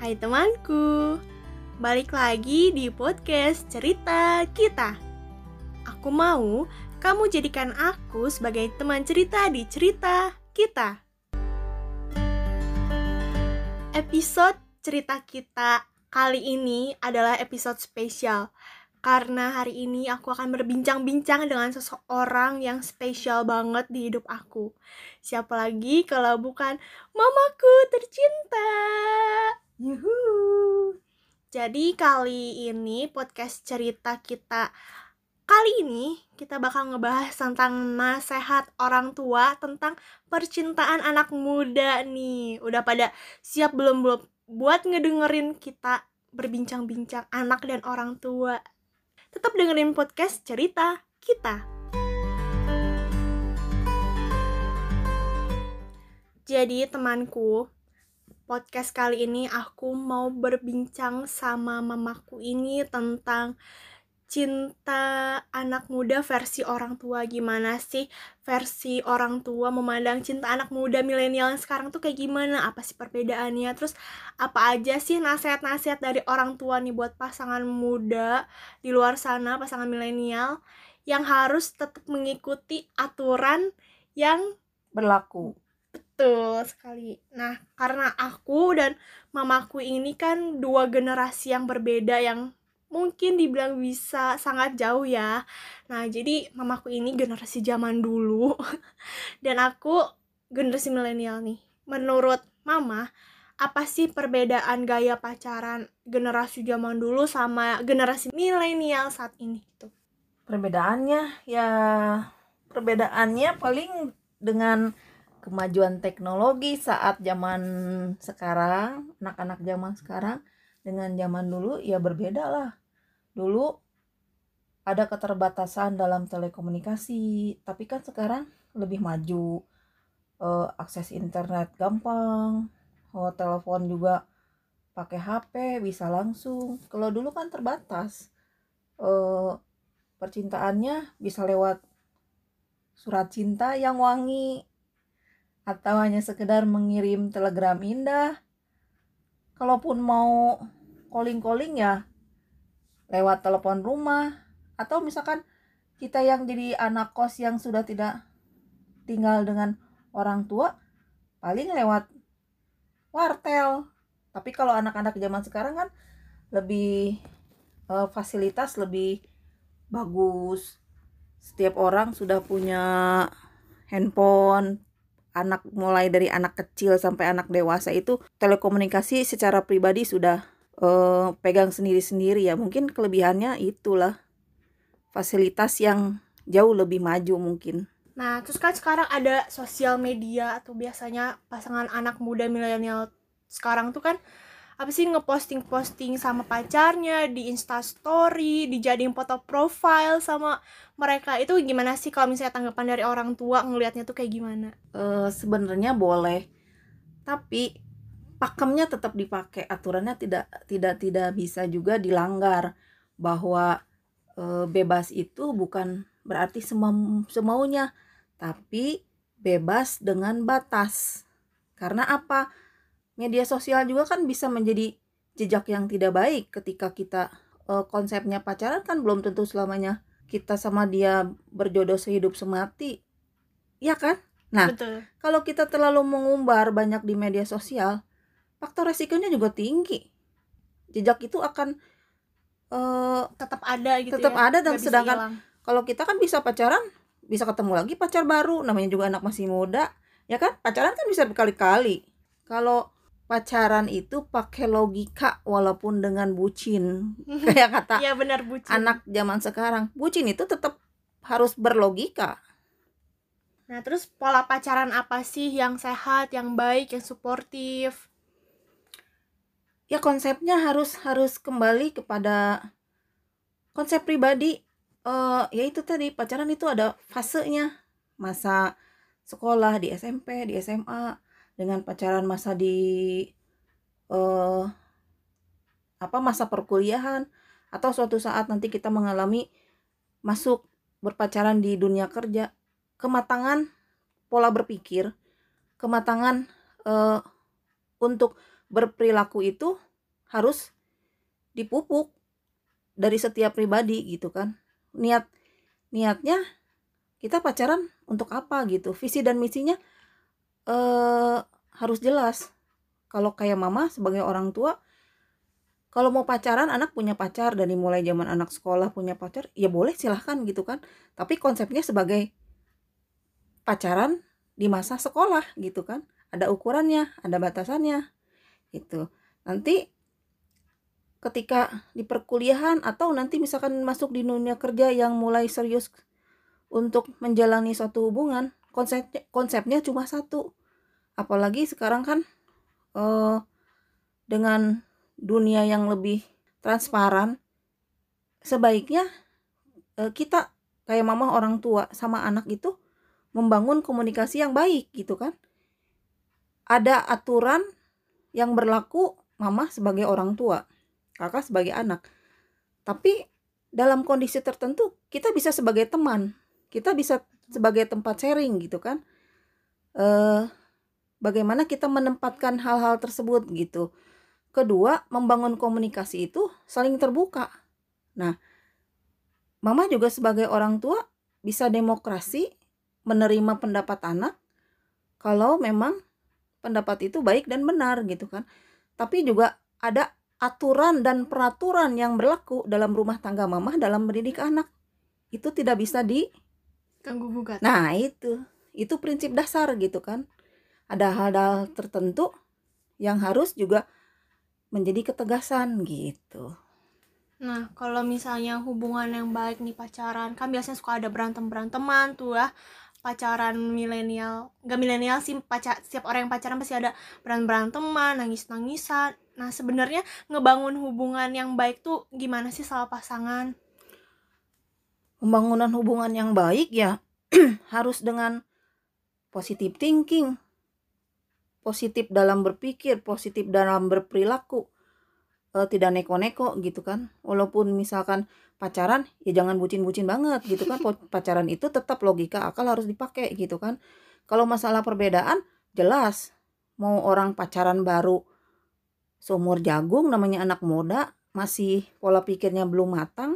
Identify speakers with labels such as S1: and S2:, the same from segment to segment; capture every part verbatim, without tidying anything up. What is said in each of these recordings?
S1: Hai temanku, balik lagi di podcast Cerita Kita. Aku mau kamu jadikan aku sebagai teman cerita di Cerita Kita. Episode Cerita Kita kali ini adalah episode spesial, karena hari ini aku akan berbincang-bincang dengan seseorang yang spesial banget di hidup aku. Siapa lagi kalau bukan mamaku tercinta. Yuhu. Jadi kali ini podcast cerita kita kali ini kita bakal ngebahas tentang nasihat orang tua tentang percintaan anak muda nih. Udah pada siap belum belum buat ngedengerin kita berbincang-bincang anak dan orang tua? Tetap dengerin podcast cerita kita. Jadi temanku, podcast kali ini aku mau berbincang sama mamaku ini tentang cinta anak muda versi orang tua. Gimana sih versi orang tua memandang cinta anak muda milenial sekarang tuh kayak gimana? Apa sih perbedaannya? Terus apa aja sih nasihat-nasihat dari orang tua nih buat pasangan muda di luar sana, pasangan milenial yang harus tetap mengikuti aturan yang
S2: berlaku.
S1: Betul sekali. Nah, karena aku dan mamaku ini kan dua generasi yang berbeda yang mungkin dibilang bisa sangat jauh ya. Nah, jadi mamaku ini generasi zaman dulu dan aku generasi milenial nih. Menurut mama, apa sih perbedaan gaya pacaran generasi zaman dulu sama generasi milenial saat ini gitu?
S2: Perbedaannya ya perbedaannya paling dengan kemajuan teknologi saat zaman sekarang, anak-anak zaman sekarang dengan zaman dulu ya berbeda lah. Dulu ada keterbatasan dalam telekomunikasi, tapi kan sekarang lebih maju, eh, akses internet gampang, oh, telepon juga pakai H P bisa langsung. Kalau dulu kan terbatas, eh, percintaannya bisa lewat surat cinta yang wangi atau hanya sekedar mengirim telegram indah. Kalaupun mau calling-calling ya lewat telepon rumah, atau misalkan kita yang jadi anak kos yang sudah tidak tinggal dengan orang tua paling lewat wartel. Tapi kalau anak-anak zaman sekarang kan lebih eh, fasilitas lebih bagus. Setiap orang sudah punya handphone. Anak mulai dari anak kecil sampai anak dewasa itu telekomunikasi secara pribadi sudah eh, pegang sendiri-sendiri ya. Mungkin kelebihannya itulah fasilitas yang jauh lebih maju mungkin.
S1: Nah, terus kan sekarang ada sosial media atau biasanya pasangan anak muda milenial sekarang tuh kan apa sih ngeposting-posting sama pacarnya di Instastory, dijadiin foto profile sama mereka. Itu gimana sih kalau misalnya tanggapan dari orang tua ngelihatnya tuh kayak gimana?
S2: Uh, sebenarnya boleh, tapi pakemnya tetap dipakai. Aturannya tidak tidak tidak bisa juga dilanggar, bahwa uh, bebas itu bukan berarti semau, semaunya, tapi bebas dengan batas. Karena apa? Media sosial juga kan bisa menjadi jejak yang tidak baik ketika kita uh, konsepnya pacaran kan belum tentu selamanya kita sama dia berjodoh sehidup semati, ya kan? Nah,
S1: betul.
S2: Kalau kita terlalu mengumbar banyak di media sosial, faktor resikonya juga tinggi. Jejak itu akan uh,
S1: tetap ada gitu
S2: tetap
S1: ya.
S2: ada, dan sedangkan kalau kita kan bisa pacaran, bisa ketemu lagi pacar baru, namanya juga anak masih muda, ya kan? Pacaran kan bisa berkali-kali. Kalau pacaran itu pakai logika walaupun dengan bucin. Kayak kata
S1: ya, benar, bucin.
S2: Anak zaman sekarang, bucin itu tetap harus berlogika.
S1: Nah, terus pola pacaran apa sih yang sehat, yang baik, yang suportif?
S2: Ya konsepnya harus harus kembali kepada konsep pribadi. Uh, ya itu tadi, pacaran itu ada fasenya. Masa sekolah di S M P, di S M A, dengan pacaran masa di uh, apa masa perkuliahan, atau suatu saat nanti kita mengalami masuk berpacaran di dunia kerja. Kematangan pola berpikir, kematangan uh, untuk berperilaku itu harus dipupuk dari setiap pribadi gitu kan. Niat niatnya kita pacaran untuk apa gitu, visi dan misinya eh, harus jelas. Kalau kayak mama sebagai orang tua, kalau mau pacaran, anak punya pacar dari mulai zaman anak sekolah punya pacar, ya boleh silahkan gitu kan. Tapi konsepnya sebagai pacaran di masa sekolah gitu kan. Ada ukurannya, ada batasannya gitu. Nanti ketika di perkuliahan atau nanti misalkan masuk di dunia kerja yang mulai serius untuk menjalani suatu hubungan, konsepnya konsepnya cuma satu. Apalagi sekarang kan eh, dengan dunia yang lebih transparan, sebaiknya eh, kita kayak mama orang tua sama anak itu membangun komunikasi yang baik gitu kan. Ada aturan yang berlaku, mama sebagai orang tua, kakak sebagai anak. Tapi dalam kondisi tertentu kita bisa sebagai teman, kita bisa sebagai tempat sharing gitu kan. Eh, bagaimana kita menempatkan hal-hal tersebut gitu. Kedua, membangun komunikasi itu saling terbuka. Nah, mama juga sebagai orang tua bisa demokrasi menerima pendapat anak kalau memang pendapat itu baik dan benar gitu kan. Tapi juga ada aturan dan peraturan yang berlaku dalam rumah tangga mama dalam mendidik anak. Itu tidak bisa di
S1: Ganggu gugat.
S2: Nah, itu. Itu prinsip dasar gitu kan. Ada hal-hal tertentu yang harus juga menjadi ketegasan gitu.
S1: Nah, kalau misalnya hubungan yang baik nih pacaran, kan biasanya suka ada berantem-beranteman tuh ya. Pacaran milenial, gak milenial sih, pacar, setiap orang yang pacaran pasti ada berantem-beranteman, nangis-nangisan. Nah, sebenarnya ngebangun hubungan yang baik tuh gimana sih sama pasangan?
S2: Pembangunan hubungan yang baik ya harus dengan positive thinking, positif dalam berpikir, positif dalam berperilaku, e, tidak neko-neko gitu kan. Walaupun misalkan pacaran, ya jangan bucin-bucin banget gitu kan. Pacaran itu tetap logika akal harus dipakai gitu kan. Kalau masalah perbedaan, jelas. Mau orang pacaran baru seumur jagung, namanya anak muda, masih pola pikirnya belum matang,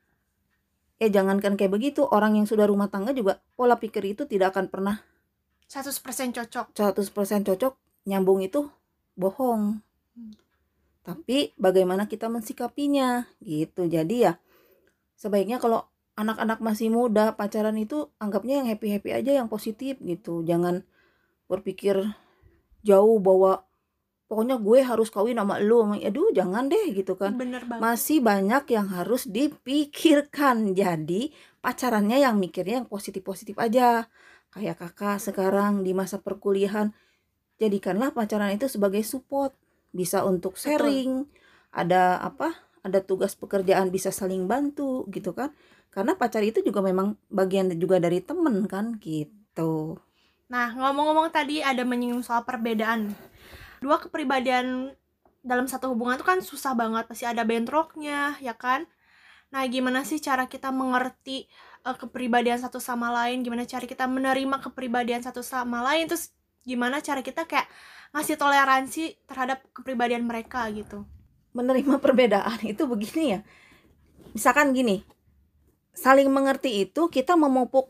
S2: eh jangankan kayak begitu, orang yang sudah rumah tangga juga pola pikir itu tidak akan pernah
S1: seratus persen cocok.
S2: seratus persen cocok, nyambung itu bohong. Hmm. Tapi bagaimana kita mensikapinya gitu. Jadi ya sebaiknya kalau anak-anak masih muda pacaran itu anggapnya yang happy-happy aja, yang positif gitu. Jangan berpikir jauh bahwa pokoknya gue harus kawin sama lu. Aduh, jangan deh gitu kan.
S1: Bener banget.
S2: Masih banyak yang harus dipikirkan. Jadi pacarannya yang mikirnya yang positif-positif aja. Kayak kakak sekarang di masa perkuliahan, jadikanlah pacaran itu sebagai support. Bisa untuk sharing. Betul. Ada apa? Ada tugas pekerjaan, bisa saling bantu gitu kan. Karena pacar itu juga memang bagian juga dari temen kan gitu.
S1: Nah, ngomong-ngomong tadi ada menyinggung soal perbedaan. Dua kepribadian dalam satu hubungan itu kan susah banget, pasti ada bentroknya, ya kan? Nah, gimana sih cara kita mengerti uh, kepribadian satu sama lain? Gimana cara kita menerima kepribadian satu sama lain? Terus gimana cara kita kayak ngasih toleransi terhadap kepribadian mereka gitu?
S2: Menerima perbedaan itu begini ya. Misalkan gini, saling mengerti itu kita memupuk,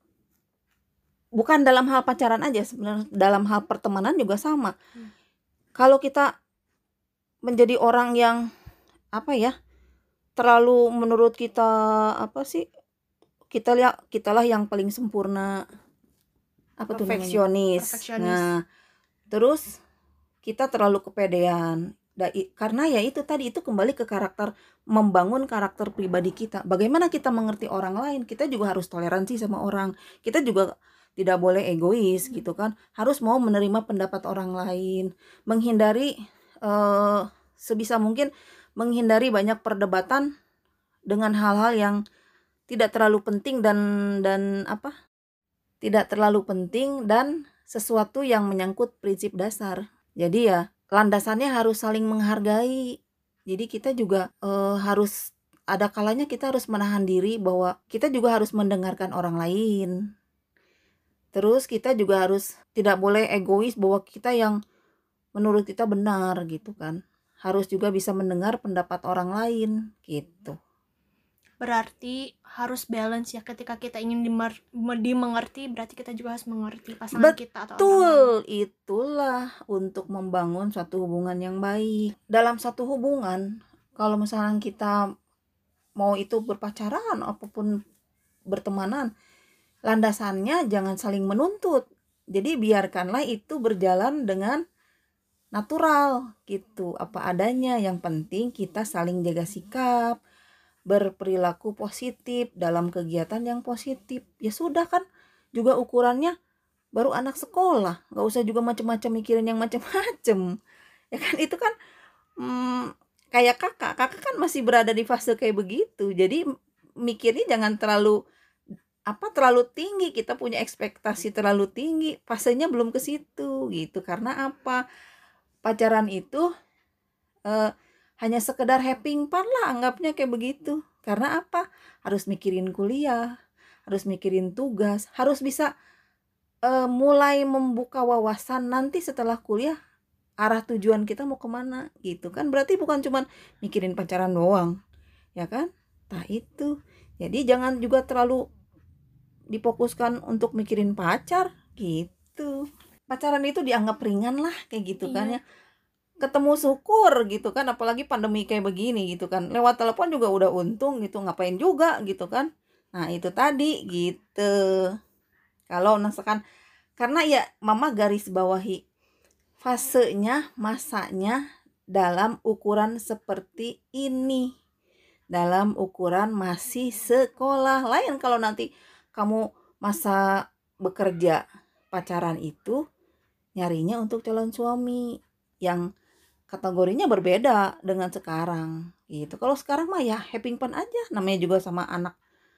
S2: bukan dalam hal pacaran aja, sebenarnya dalam hal pertemanan juga sama. Hmm. Kalau kita menjadi orang yang apa ya, terlalu menurut kita apa sih, kita lihat kitalah yang paling sempurna, apa tuh namanya, perfeksionis. Nah, terus kita terlalu kepedean. Karena ya itu tadi, itu kembali ke karakter, membangun karakter pribadi kita. Bagaimana kita mengerti orang lain, kita juga harus toleransi sama orang. Kita juga tidak boleh egois gitu kan. Harus mau menerima pendapat orang lain, menghindari eh, sebisa mungkin menghindari banyak perdebatan dengan hal-hal yang tidak terlalu penting dan dan apa? Tidak terlalu penting dan sesuatu yang menyangkut prinsip dasar. Jadi ya landasannya harus saling menghargai. Jadi kita juga eh, harus ada kalanya kita harus menahan diri bahwa kita juga harus mendengarkan orang lain. Terus kita juga harus tidak boleh egois bahwa kita yang menurut kita benar gitu kan. harus juga bisa mendengar pendapat orang lain gitu.
S1: Berarti harus balance ya, ketika kita ingin dimer- dimengerti berarti kita juga harus mengerti pasangan kita atau orang lain.
S2: Betul, itulah untuk membangun suatu hubungan yang baik. Dalam satu hubungan, kalau misalnya kita mau itu berpacaran apapun bertemanan, landasannya jangan saling menuntut. Jadi biarkanlah itu berjalan dengan natural gitu, apa adanya. Yang penting kita saling jaga sikap, berperilaku positif dalam kegiatan yang positif. Ya sudah kan, juga ukurannya baru anak sekolah, nggak usah juga macam-macam mikirin yang macam-macam. Ya kan, itu kan hmm, kayak kakak, kakak kan masih berada di fase kayak begitu. Jadi mikirnya jangan terlalu apa terlalu tinggi, kita punya ekspektasi terlalu tinggi, fasenya belum ke situ gitu. Karena apa? Pacaran itu eh, hanya sekedar having fun lah, anggapnya kayak begitu. Karena apa? Harus mikirin kuliah, harus mikirin tugas, harus bisa uh, mulai membuka wawasan nanti setelah kuliah, arah tujuan kita mau kemana gitu kan. Berarti bukan cuman mikirin pacaran doang, ya kan? Nah itu, jadi jangan juga terlalu difokuskan untuk mikirin pacar gitu. Pacaran itu dianggap ringan lah kayak gitu
S1: Iya.
S2: kan ya. Ketemu syukur gitu kan, apalagi pandemi kayak begini gitu kan, lewat telepon juga udah untung gitu, ngapain juga gitu kan. Nah itu tadi gitu. Kalau misalkan, karena ya mama garis bawahi fasenya, masanya dalam ukuran seperti ini, dalam ukuran masih sekolah. Lain kalau nanti kamu masa bekerja, pacaran itu nyarinya untuk calon suami yang kategorinya berbeda dengan sekarang gitu. Kalau sekarang mah ya having fun aja, namanya juga sama anak,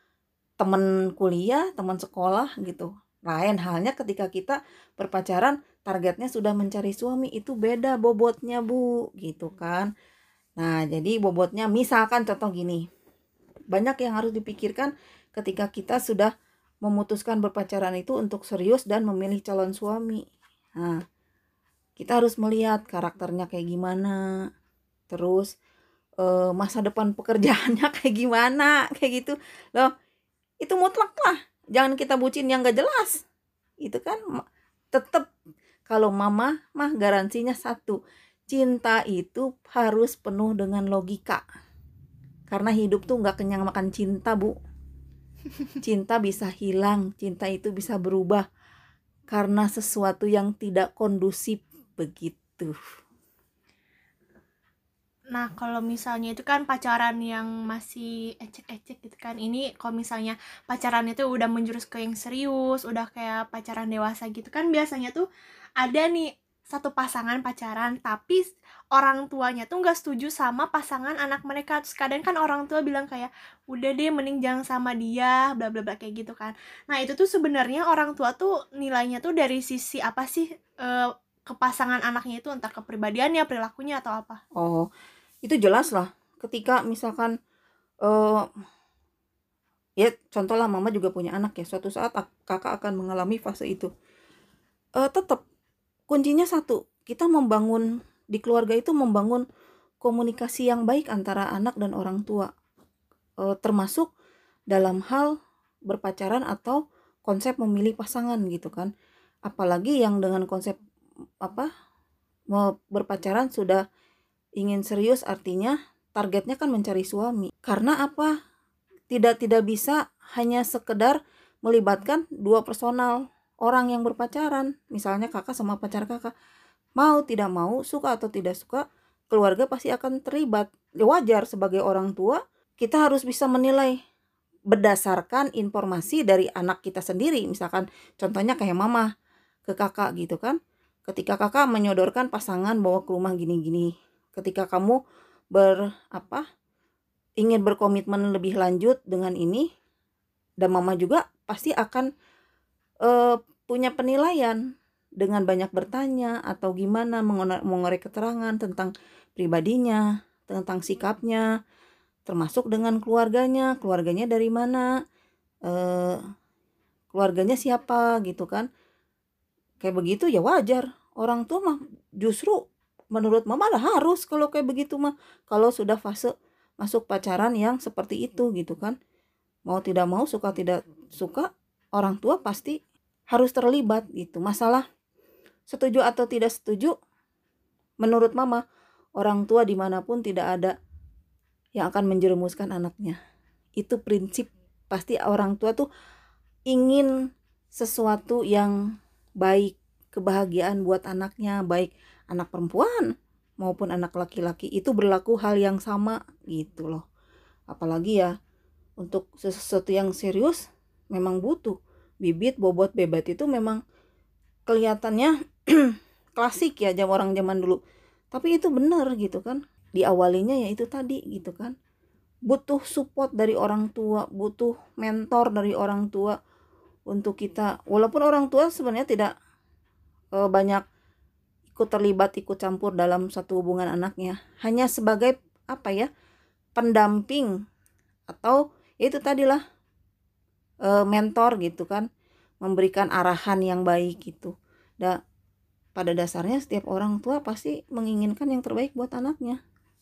S2: teman kuliah, teman sekolah gitu. Lain halnya ketika kita berpacaran targetnya sudah mencari suami, itu beda bobotnya Bu gitu kan. Nah jadi bobotnya misalkan contoh gini, banyak yang harus dipikirkan ketika kita sudah memutuskan berpacaran itu untuk serius dan memilih calon suami. Nah kita harus melihat karakternya kayak gimana, terus eh, masa depan pekerjaannya kayak gimana, kayak gitu loh. Itu mutlak lah, jangan kita bucin yang gak jelas itu kan. Tetap kalau mama mah garansinya satu, cinta itu harus penuh dengan logika, karena hidup tuh gak kenyang makan cinta Bu. Cinta bisa hilang, cinta itu bisa berubah karena sesuatu yang tidak kondusif begitu.
S1: Nah, kalau misalnya itu kan pacaran yang masih ecek-ecek gitu kan. Ini kalau misalnya pacaran itu udah menjurus ke yang serius, udah kayak pacaran dewasa gitu kan, biasanya tuh ada nih satu pasangan pacaran tapi orang tuanya tuh nggak setuju sama pasangan anak mereka. Terus kadang kan orang tua bilang kayak udah deh mending jangan sama dia, bla bla bla kayak gitu kan. Nah, itu tuh sebenarnya orang tua tuh nilainya tuh dari sisi apa sih, eh, ke pasangan anaknya itu, entah kepribadiannya, perilakunya atau apa.
S2: Oh, itu jelas lah. Ketika misalkan uh, ya contoh lah, mama juga punya anak ya, suatu saat kakak akan mengalami fase itu. Uh, tetap kuncinya satu, kita membangun di keluarga itu, membangun komunikasi yang baik antara anak dan orang tua, uh, termasuk dalam hal berpacaran atau konsep memilih pasangan gitu kan. Apalagi yang dengan konsep apa mau berpacaran sudah ingin serius, artinya targetnya kan mencari suami. Karena apa? Tidak tidak bisa hanya sekedar melibatkan dua personal orang yang berpacaran. Misalnya kakak sama pacar kakak, mau tidak mau, suka atau tidak suka, keluarga pasti akan terlibat. Ya wajar, sebagai orang tua kita harus bisa menilai berdasarkan informasi dari anak kita sendiri. Misalkan contohnya kayak mama ke kakak gitu kan, ketika kakak menyodorkan pasangan bawa ke rumah gini-gini, ketika kamu ber apa ingin berkomitmen lebih lanjut dengan ini, dan mama juga pasti akan uh, punya penilaian dengan banyak bertanya atau gimana, mengorek keterangan tentang pribadinya, tentang sikapnya, termasuk dengan keluarganya, keluarganya dari mana, uh, keluarganya siapa gitu kan. Kayak begitu ya wajar. Orang tua mah justru menurut mama lah harus kalau kayak begitu mah, kalau sudah fase masuk pacaran yang seperti itu gitu kan. Mau tidak mau, suka tidak suka, orang tua pasti harus terlibat gitu. Masalah setuju atau tidak setuju, menurut mama, orang tua dimanapun tidak ada yang akan menjerumuskan anaknya. Itu prinsip, pasti orang tua tuh ingin sesuatu yang baik, kebahagiaan buat anaknya, baik anak perempuan maupun anak laki-laki, itu berlaku hal yang sama gitu loh. Apalagi ya untuk sesuatu yang serius memang butuh bibit, bobot, bebet, itu memang kelihatannya klasik ya jam orang zaman dulu, tapi itu benar gitu kan. Diawalinya ya itu tadi gitu kan, butuh support dari orang tua, butuh mentor dari orang tua untuk kita, walaupun orang tua sebenarnya tidak e, banyak ikut terlibat, ikut campur dalam satu hubungan anaknya, hanya sebagai apa ya, pendamping atau ya itu tadilah e, mentor gitu kan, memberikan arahan yang baik gitu. Dan pada dasarnya setiap orang tua pasti menginginkan yang terbaik buat anaknya.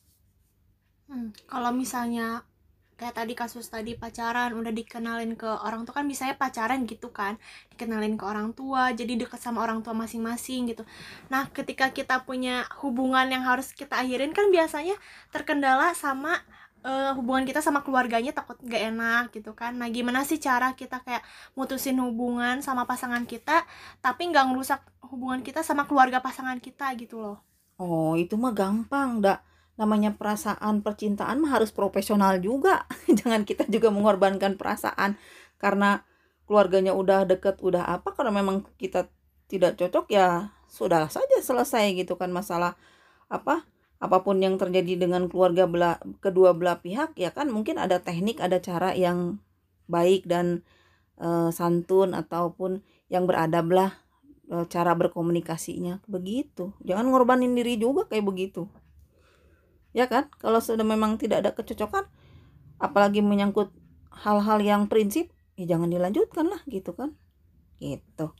S1: Hmm, kalau misalnya kayak tadi kasus tadi pacaran udah dikenalin ke orang tua, kan biasanya pacaran gitu kan, dikenalin ke orang tua, jadi deket sama orang tua masing-masing gitu. Nah ketika kita punya hubungan yang harus kita akhirin, kan biasanya terkendala sama uh, hubungan kita sama keluarganya, takut gak enak gitu kan. Nah gimana sih cara kita kayak mutusin hubungan sama pasangan kita tapi gak ngerusak hubungan kita sama keluarga pasangan kita gitu loh?
S2: Oh itu mah gampang, dak. Namanya perasaan percintaan mah harus profesional juga. Jangan kita juga mengorbankan perasaan karena keluarganya udah deket, udah apa, kalau memang kita tidak cocok ya sudah saja selesai gitu kan. Masalah apa apapun yang terjadi dengan keluarga belah, kedua belah pihak ya kan, mungkin ada teknik, ada cara yang baik dan e, santun ataupun yang beradab lah e, cara berkomunikasinya begitu. Jangan ngorbanin diri juga kayak begitu. Ya kan, kalau sudah memang tidak ada kecocokan, apalagi menyangkut hal-hal yang prinsip, ya jangan dilanjutkan lah gitu kan, gitu.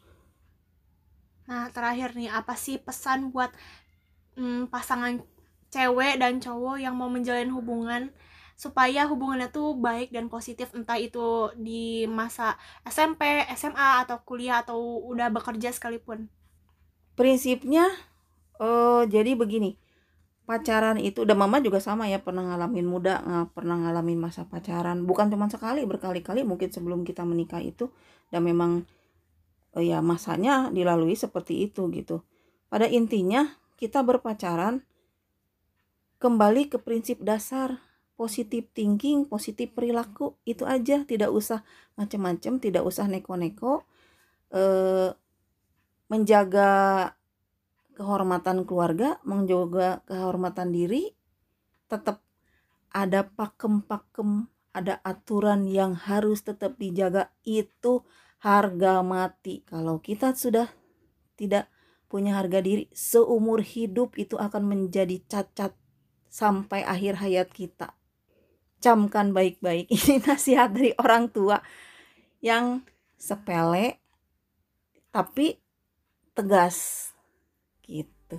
S1: Nah terakhir nih, apa sih pesan buat hmm, pasangan cewek dan cowok yang mau menjalin hubungan supaya hubungannya tuh baik dan positif, entah itu di masa S M P, S M A, atau kuliah, atau udah bekerja sekalipun?
S2: Prinsipnya oh jadi begini, pacaran itu, dan mama juga sama ya, pernah ngalamin muda, nggak pernah ngalamin masa pacaran, bukan cuma sekali, berkali-kali mungkin sebelum kita menikah itu, dan memang eh, ya masanya dilalui seperti itu gitu. Pada intinya kita berpacaran kembali ke prinsip dasar, positif thinking, positif perilaku, itu aja, tidak usah macam-macam, tidak usah neko-neko, eh, menjaga kehormatan keluarga, menjaga kehormatan diri, tetap ada pakem-pakem, ada aturan yang harus tetap dijaga, itu harga mati. Kalau kita sudah tidak punya harga diri, seumur hidup itu akan menjadi cacat sampai akhir hayat kita. Camkan baik-baik, ini nasihat dari orang tua yang sepele tapi tegas gitu.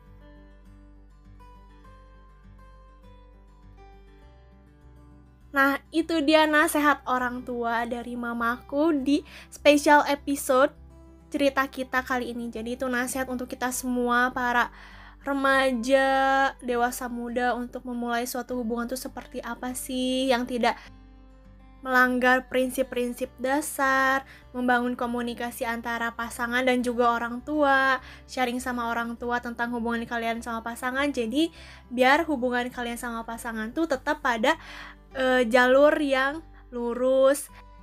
S1: Nah itu dia nasihat orang tua dari mamaku di special episode cerita kita kali ini. Jadi itu nasihat untuk kita semua, para remaja, dewasa muda, untuk memulai suatu hubungan tuh seperti apa sih yang tidak melanggar prinsip-prinsip dasar, membangun komunikasi antara pasangan dan juga orang tua, sharing sama orang tua tentang hubungan kalian sama pasangan. Jadi biar hubungan kalian sama pasangan tuh tetap pada uh, jalur yang lurus.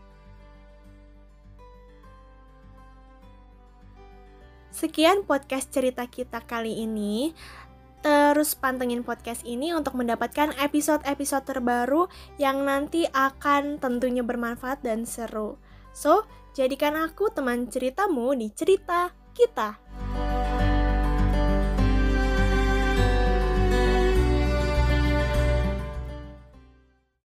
S1: Sekian podcast cerita kita kali ini. Terus pantengin podcast ini untuk mendapatkan episode-episode terbaru yang nanti akan tentunya bermanfaat dan seru. So, jadikan aku teman ceritamu di cerita kita.